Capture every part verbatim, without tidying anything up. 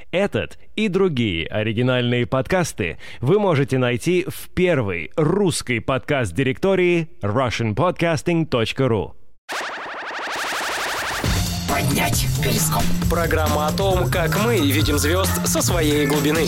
Этот и другие оригинальные подкасты вы можете найти в первой русской подкаст-директории russian podcasting точка ru. Поднять перископ. Программа о том, как мы видим звезд со своей глубины.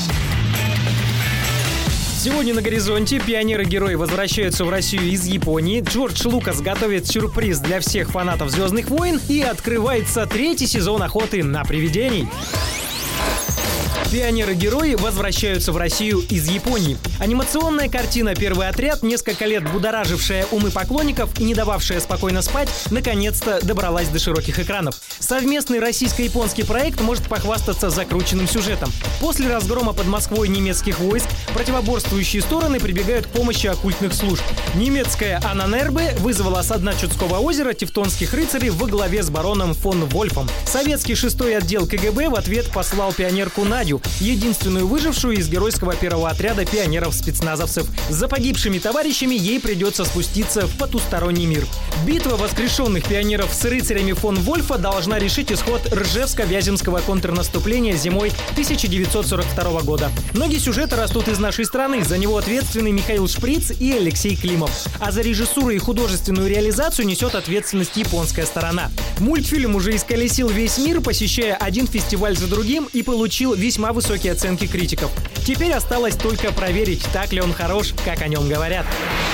Сегодня на горизонте пионеры-герои возвращаются в Россию из Японии, Джордж Лукас готовит сюрприз для всех фанатов «Звездных войн» и открывается третий сезон «Охоты на привидений». Пионеры-герои возвращаются в Россию из Японии. Анимационная картина «Первый отряд», несколько лет будоражившая умы поклонников и не дававшая спокойно спать, наконец-то добралась до широких экранов. Совместный российско-японский проект может похвастаться закрученным сюжетом. После разгрома под Москвой немецких войск противоборствующие стороны прибегают к помощи оккультных служб. Немецкая Ананербе вызвала со дна Чудского озера тевтонских рыцарей во главе с бароном фон Вольфом. Советский шестой отдел ка гэ бэ в ответ послал пионерку Надю, единственную выжившую из геройского первого отряда пионеров-спецназовцев. За погибшими товарищами ей придется спуститься в потусторонний мир. Битва воскрешенных пионеров с рыцарями фон Вольфа должна решить исход Ржевско-Вяземского контрнаступления зимой тысяча девятьсот сорок второго года. Ноги сюжета растут из нашей страны. За него ответственны Михаил Шприц и Алексей Климов. А за режиссуру и художественную реализацию несет ответственность японская сторона. Мультфильм уже исколесил весь мир, посещая один фестиваль за другим, и получил весьма высокие оценки критиков. Теперь осталось только проверить, так ли он хорош, как о нем говорят.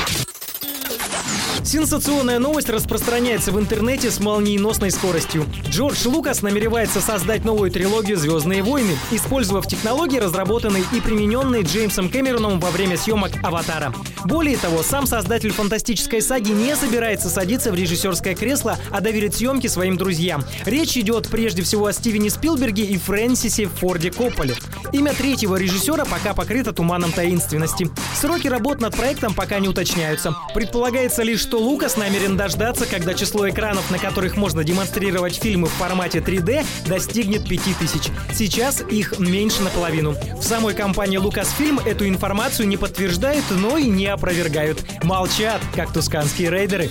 Сенсационная новость распространяется в интернете с молниеносной скоростью. Джордж Лукас намеревается создать новую трилогию «Звездные войны», использовав технологии, разработанные и примененные Джеймсом Кэмероном во время съемок «Аватара». Более того, сам создатель фантастической саги не собирается садиться в режиссерское кресло, а доверит съемки своим друзьям. Речь идет прежде всего о Стивене Спилберге и Фрэнсисе Форде Копполе. Имя третьего режиссера пока покрыто туманом таинственности. Сроки работ над проектом пока не уточняются. Предполагается лишь, что Лукас намерен дождаться, когда число экранов, на которых можно демонстрировать фильмы в формате три дэ, достигнет пяти тысяч. Сейчас их меньше наполовину. В самой компании Lucasfilm эту информацию не подтверждают, но и не опровергают. Молчат, как тусканские рейдеры.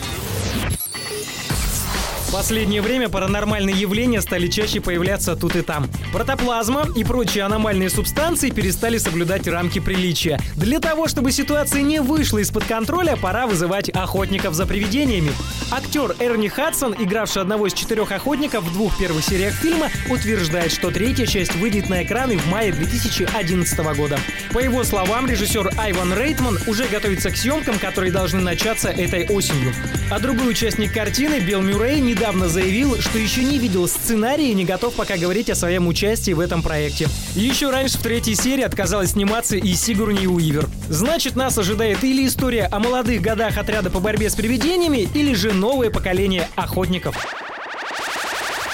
В последнее время паранормальные явления стали чаще появляться тут и там. Протоплазма и прочие аномальные субстанции перестали соблюдать рамки приличия. Для того, чтобы ситуация не вышла из-под контроля, пора вызывать охотников за привидениями. Актер Эрни Хадсон, игравший одного из четырех охотников в двух первых сериях фильма, утверждает, что третья часть выйдет на экраны в мае две тысячи одиннадцатого года. По его словам, режиссер Айван Рейтман уже готовится к съемкам, которые должны начаться этой осенью. А другой участник картины, Билл Мюррей, недавно заявил, что еще не видел сценария и не готов пока говорить о своем участии в этом проекте. Еще раньше в третьей серии отказалась сниматься и Сигурни Уивер. Значит, нас ожидает или история о молодых годах отряда по борьбе с привидениями, или же новое поколение охотников.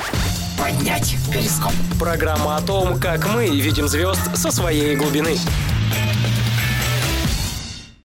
Поднять перископ. Программа о том, как мы видим звезд со своей глубины.